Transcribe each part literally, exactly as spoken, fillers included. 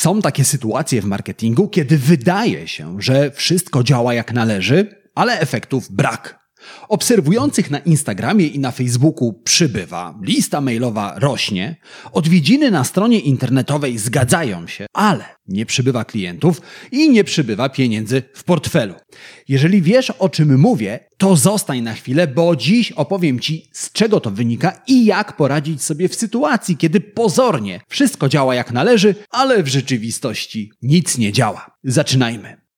Są takie sytuacje w marketingu, kiedy wydaje się, że wszystko działa jak należy, ale efektów brak. Obserwujących na Instagramie i na Facebooku przybywa, lista mailowa rośnie, odwiedziny na stronie internetowej zgadzają się, ale nie przybywa klientów i nie przybywa pieniędzy w portfelu. Jeżeli wiesz, o czym mówię, to zostań na chwilę, bo dziś opowiem Ci, z czego to wynika i jak poradzić sobie w sytuacji, kiedy pozornie wszystko działa jak należy, ale w rzeczywistości nic nie działa. Zaczynajmy.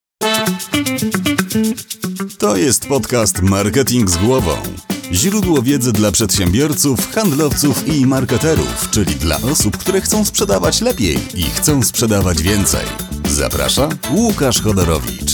To jest podcast Marketing z głową. Źródło wiedzy dla przedsiębiorców, handlowców i marketerów, czyli dla osób, które chcą sprzedawać lepiej i chcą sprzedawać więcej. Zaprasza Łukasz Chodorowicz.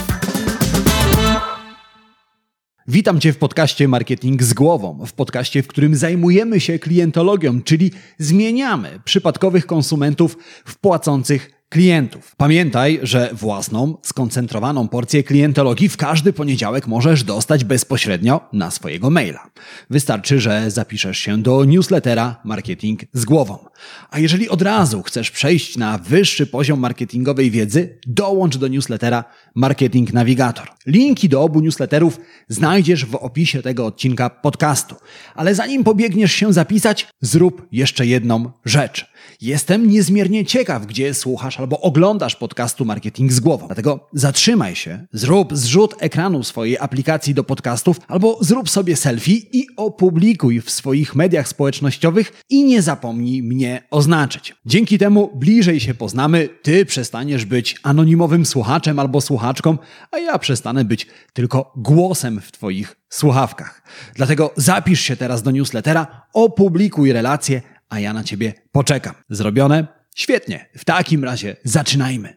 Witam Cię w podcaście Marketing z głową, w podcaście, w którym zajmujemy się klientologią, czyli zmieniamy przypadkowych konsumentów w płacących klientów. Pamiętaj, że własną, skoncentrowaną porcję klientologii w każdy poniedziałek możesz dostać bezpośrednio na swojego maila. Wystarczy, że zapiszesz się do newslettera Marketing z głową. A jeżeli od razu chcesz przejść na wyższy poziom marketingowej wiedzy, dołącz do newslettera Marketing Navigator. Linki do obu newsletterów znajdziesz w opisie tego odcinka podcastu. Ale zanim pobiegniesz się zapisać, zrób jeszcze jedną rzecz. Jestem niezmiernie ciekaw, gdzie słuchasz albo oglądasz podcastu Marketing z głową. Dlatego zatrzymaj się, zrób zrzut ekranu swojej aplikacji do podcastów albo zrób sobie selfie i opublikuj w swoich mediach społecznościowych i nie zapomnij mnie oznaczyć. Dzięki temu bliżej się poznamy, ty przestaniesz być anonimowym słuchaczem albo słuchaczką, a ja przestanę być tylko głosem w twoich słuchawkach. Dlatego zapisz się teraz do newslettera, opublikuj relację, a ja na Ciebie poczekam. Zrobione? Świetnie. W takim razie zaczynajmy.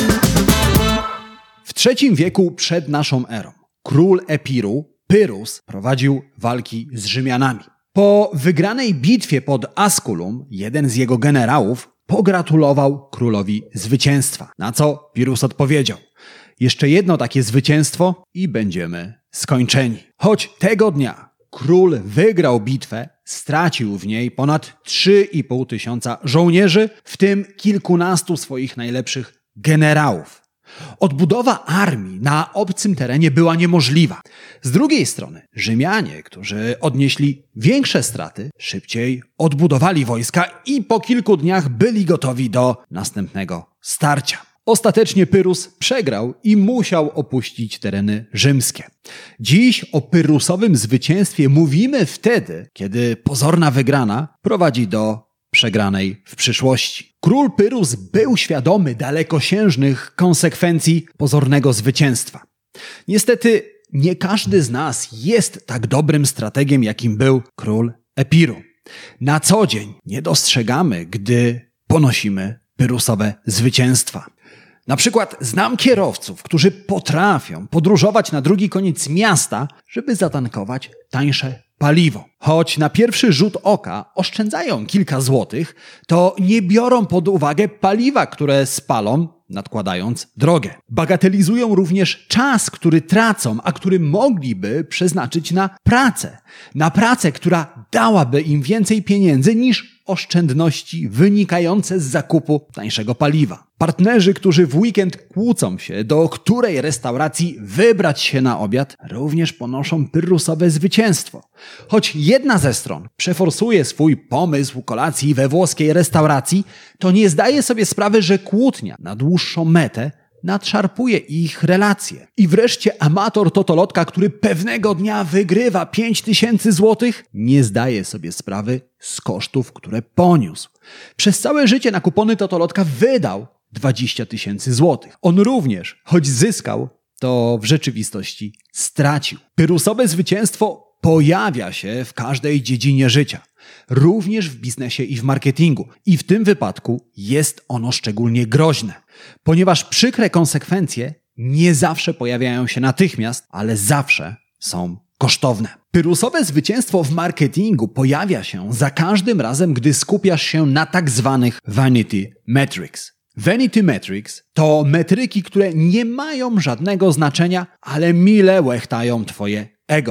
W trzecim wieku przed naszą erą król Epiru, Pyrrhus, prowadził walki z Rzymianami. Po wygranej bitwie pod Asculum jeden z jego generałów pogratulował królowi zwycięstwa, na co Pyrrhus odpowiedział: jeszcze jedno takie zwycięstwo i będziemy skończeni. Choć tego dnia król wygrał bitwę, stracił w niej ponad trzy i pół tysiąca żołnierzy, w tym kilkunastu swoich najlepszych generałów. Odbudowa armii na obcym terenie była niemożliwa. Z drugiej strony Rzymianie, którzy odnieśli większe straty, szybciej odbudowali wojska i po kilku dniach byli gotowi do następnego starcia. Ostatecznie Pyrrhus przegrał i musiał opuścić tereny rzymskie. Dziś o Pyrrhusowym zwycięstwie mówimy wtedy, kiedy pozorna wygrana prowadzi do przegranej w przyszłości. Król Pyrrhus był świadomy dalekosiężnych konsekwencji pozornego zwycięstwa. Niestety nie każdy z nas jest tak dobrym strategiem, jakim był król Epiru. Na co dzień nie dostrzegamy, gdy ponosimy Pyrrhusowe zwycięstwa. Na przykład znam kierowców, którzy potrafią podróżować na drugi koniec miasta, żeby zatankować tańsze paliwo. Choć na pierwszy rzut oka oszczędzają kilka złotych, to nie biorą pod uwagę paliwa, które spalą, nadkładając drogę. Bagatelizują również czas, który tracą, a który mogliby przeznaczyć na pracę. Na pracę, która dałaby im więcej pieniędzy niż oszczędności wynikające z zakupu tańszego paliwa. Partnerzy, którzy w weekend kłócą się, do której restauracji wybrać się na obiad, również ponoszą Pyrrhusowe zwycięstwo. Choć jedna ze stron przeforsuje swój pomysł kolacji we włoskiej restauracji, to nie zdaje sobie sprawy, że kłótnia na dłuższą metę nadszarpuje ich relacje. I wreszcie amator totolotka, który pewnego dnia wygrywa pięć tysięcy złotych, nie zdaje sobie sprawy z kosztów, które poniósł. Przez całe życie na kupony totolotka wydał dwadzieścia tysięcy złotych. On również, choć zyskał, to w rzeczywistości stracił. Pyrrhusowe zwycięstwo pojawia się w każdej dziedzinie życia. Również w biznesie i w marketingu. I w tym wypadku jest ono szczególnie groźne, ponieważ przykre konsekwencje nie zawsze pojawiają się natychmiast, ale zawsze są kosztowne. Pyrrhusowe zwycięstwo w marketingu pojawia się za każdym razem, gdy skupiasz się na tak zwanych vanity metrics. Vanity metrics to metryki, które nie mają żadnego znaczenia, ale mile łechtają twoje ego.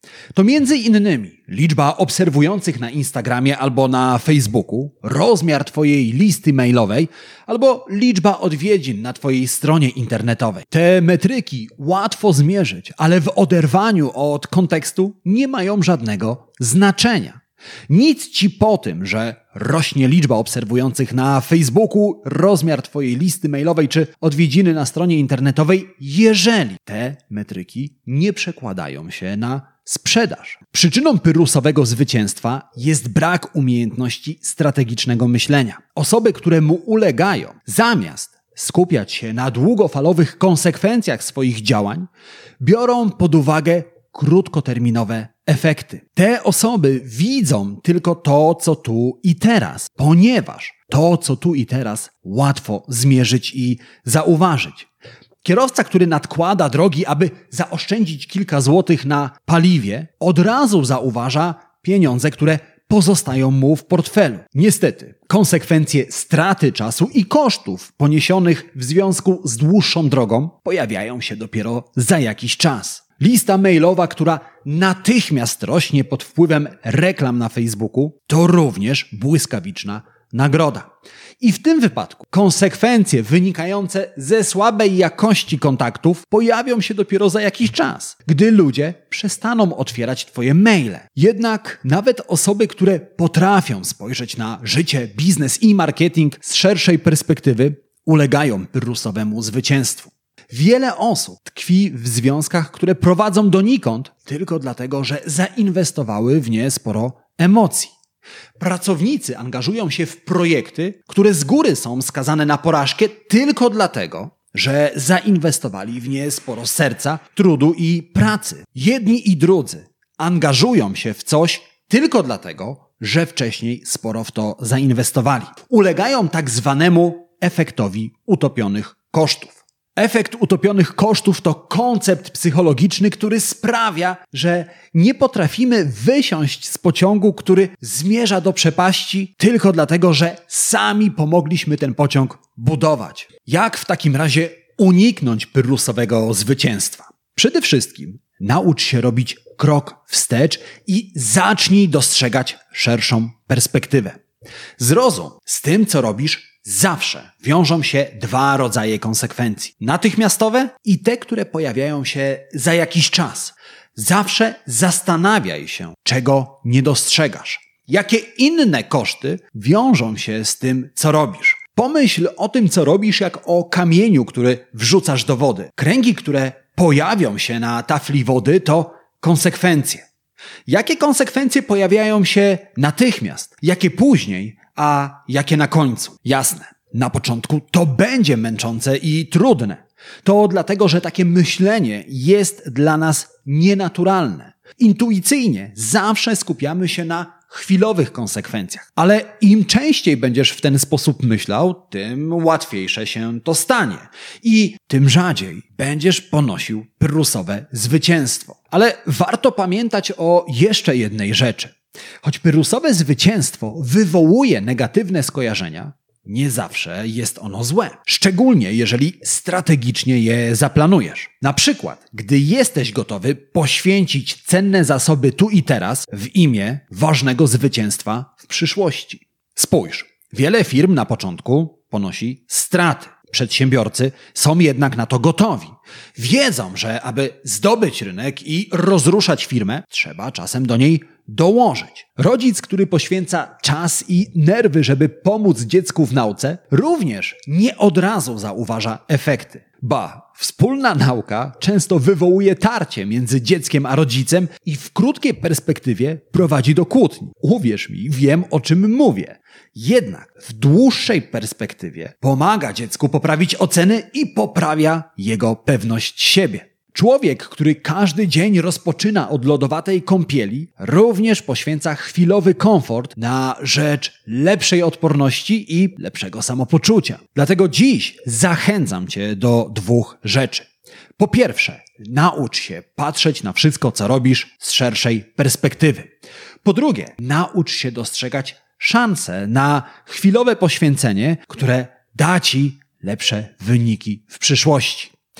To między innymi liczba obserwujących na Instagramie albo na Facebooku, rozmiar Twojej listy mailowej albo liczba odwiedzin na Twojej stronie internetowej. Te metryki łatwo zmierzyć, ale w oderwaniu od kontekstu nie mają żadnego znaczenia. Nic Ci po tym, że rośnie liczba obserwujących na Facebooku, rozmiar Twojej listy mailowej czy odwiedziny na stronie internetowej, jeżeli te metryki nie przekładają się na sprzedaż. Przyczyną pyrrhusowego zwycięstwa jest brak umiejętności strategicznego myślenia. Osoby, które mu ulegają, zamiast skupiać się na długofalowych konsekwencjach swoich działań, biorą pod uwagę krótkoterminowe efekty. Te osoby widzą tylko to, co tu i teraz, ponieważ to, co tu i teraz, łatwo zmierzyć i zauważyć. Kierowca, który nadkłada drogi, aby zaoszczędzić kilka złotych na paliwie, od razu zauważa pieniądze, które pozostają mu w portfelu. Niestety, konsekwencje straty czasu i kosztów poniesionych w związku z dłuższą drogą pojawiają się dopiero za jakiś czas. Lista mailowa, która natychmiast rośnie pod wpływem reklam na Facebooku, to również błyskawiczna nagroda. I w tym wypadku konsekwencje wynikające ze słabej jakości kontaktów pojawią się dopiero za jakiś czas, gdy ludzie przestaną otwierać Twoje maile. Jednak nawet osoby, które potrafią spojrzeć na życie, biznes i marketing z szerszej perspektywy, ulegają pyrrhusowemu zwycięstwu. Wiele osób tkwi w związkach, które prowadzą donikąd tylko dlatego, że zainwestowały w nie sporo emocji. Pracownicy angażują się w projekty, które z góry są skazane na porażkę tylko dlatego, że zainwestowali w nie sporo serca, trudu i pracy. Jedni i drudzy angażują się w coś tylko dlatego, że wcześniej sporo w to zainwestowali. Ulegają tak zwanemu efektowi utopionych kosztów. Efekt utopionych kosztów to koncept psychologiczny, który sprawia, że nie potrafimy wysiąść z pociągu, który zmierza do przepaści tylko dlatego, że sami pomogliśmy ten pociąg budować. Jak w takim razie uniknąć pyrrhusowego zwycięstwa? Przede wszystkim naucz się robić krok wstecz i zacznij dostrzegać szerszą perspektywę. Zrozum, z tym co robisz zawsze wiążą się dwa rodzaje konsekwencji. Natychmiastowe i te, które pojawiają się za jakiś czas. Zawsze zastanawiaj się, czego nie dostrzegasz. Jakie inne koszty wiążą się z tym, co robisz. Pomyśl o tym, co robisz, jak o kamieniu, który wrzucasz do wody. Kręgi, które pojawią się na tafli wody, to konsekwencje. Jakie konsekwencje pojawiają się natychmiast? Jakie później? A jakie na końcu? Jasne, na początku to będzie męczące i trudne. To dlatego, że takie myślenie jest dla nas nienaturalne. Intuicyjnie zawsze skupiamy się na chwilowych konsekwencjach. Ale im częściej będziesz w ten sposób myślał, tym łatwiejsze się to stanie. I tym rzadziej będziesz ponosił pyrrhusowe zwycięstwo. Ale warto pamiętać o jeszcze jednej rzeczy. Choć pyrrhusowe zwycięstwo wywołuje negatywne skojarzenia, nie zawsze jest ono złe. Szczególnie jeżeli strategicznie je zaplanujesz. Na przykład, gdy jesteś gotowy poświęcić cenne zasoby tu i teraz w imię ważnego zwycięstwa w przyszłości. Spójrz, wiele firm na początku ponosi straty. Przedsiębiorcy są jednak na to gotowi. Wiedzą, że aby zdobyć rynek i rozruszać firmę, trzeba czasem do niej dołożyć. Rodzic, który poświęca czas i nerwy, żeby pomóc dziecku w nauce, również nie od razu zauważa efekty. Ba, wspólna nauka często wywołuje tarcie między dzieckiem a rodzicem i w krótkiej perspektywie prowadzi do kłótni. Uwierz mi, wiem o czym mówię. Jednak w dłuższej perspektywie pomaga dziecku poprawić oceny i poprawia jego pewność siebie. Człowiek, który każdy dzień rozpoczyna od lodowatej kąpieli, również poświęca chwilowy komfort na rzecz lepszej odporności i lepszego samopoczucia. Dlatego dziś zachęcam Cię do dwóch rzeczy. Po pierwsze, naucz się patrzeć na wszystko, co robisz z szerszej perspektywy. Po drugie, naucz się dostrzegać szanse na chwilowe poświęcenie, które da Ci lepsze wyniki w przyszłości.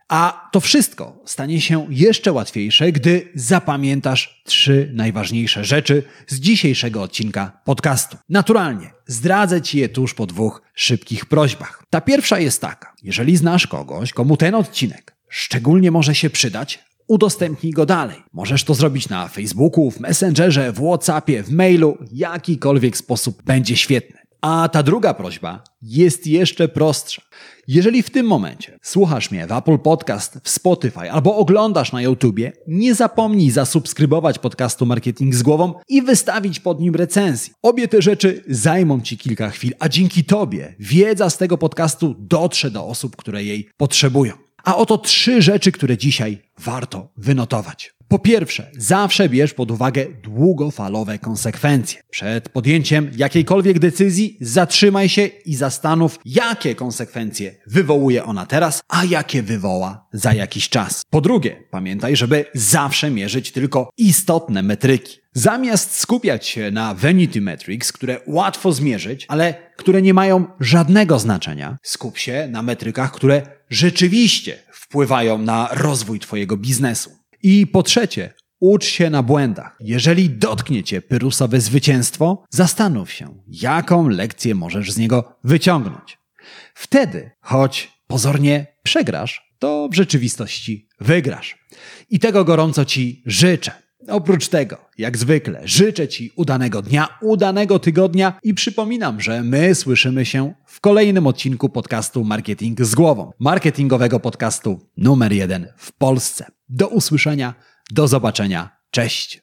A to wszystko stanie się jeszcze łatwiejsze, gdy zapamiętasz trzy najważniejsze rzeczy z dzisiejszego odcinka podcastu. Naturalnie zdradzę Ci je tuż po dwóch szybkich prośbach. Ta pierwsza jest taka. Jeżeli znasz kogoś, komu ten odcinek szczególnie może się przydać, udostępnij go dalej. Możesz to zrobić na Facebooku, w Messengerze, w WhatsAppie, w mailu. Jakikolwiek sposób będzie świetny. A ta druga prośba jest jeszcze prostsza. Jeżeli w tym momencie słuchasz mnie w Apple Podcast, w Spotify albo oglądasz na YouTubie, nie zapomnij zasubskrybować podcastu Marketing z Głową i wystawić pod nim recenzji. Obie te rzeczy zajmą Ci kilka chwil, a dzięki Tobie wiedza z tego podcastu dotrze do osób, które jej potrzebują. A oto trzy rzeczy, które dzisiaj warto wynotować. Po pierwsze, zawsze bierz pod uwagę długofalowe konsekwencje. Przed podjęciem jakiejkolwiek decyzji zatrzymaj się i zastanów, jakie konsekwencje wywołuje ona teraz, a jakie wywoła za jakiś czas. Po drugie, pamiętaj, żeby zawsze mierzyć tylko istotne metryki. Zamiast skupiać się na vanity metrics, które łatwo zmierzyć, ale które nie mają żadnego znaczenia, skup się na metrykach, które rzeczywiście wpływają na rozwój Twojego biznesu. I po trzecie, ucz się na błędach. Jeżeli dotknie Cię pyrusowe zwycięstwo, zastanów się, jaką lekcję możesz z niego wyciągnąć. Wtedy, choć pozornie przegrasz, to w rzeczywistości wygrasz. I tego gorąco Ci życzę. Oprócz tego, jak zwykle, życzę Ci udanego dnia, udanego tygodnia i przypominam, że my słyszymy się w kolejnym odcinku podcastu Marketing z Głową. Marketingowego podcastu numer jeden w Polsce. Do usłyszenia, do zobaczenia, cześć!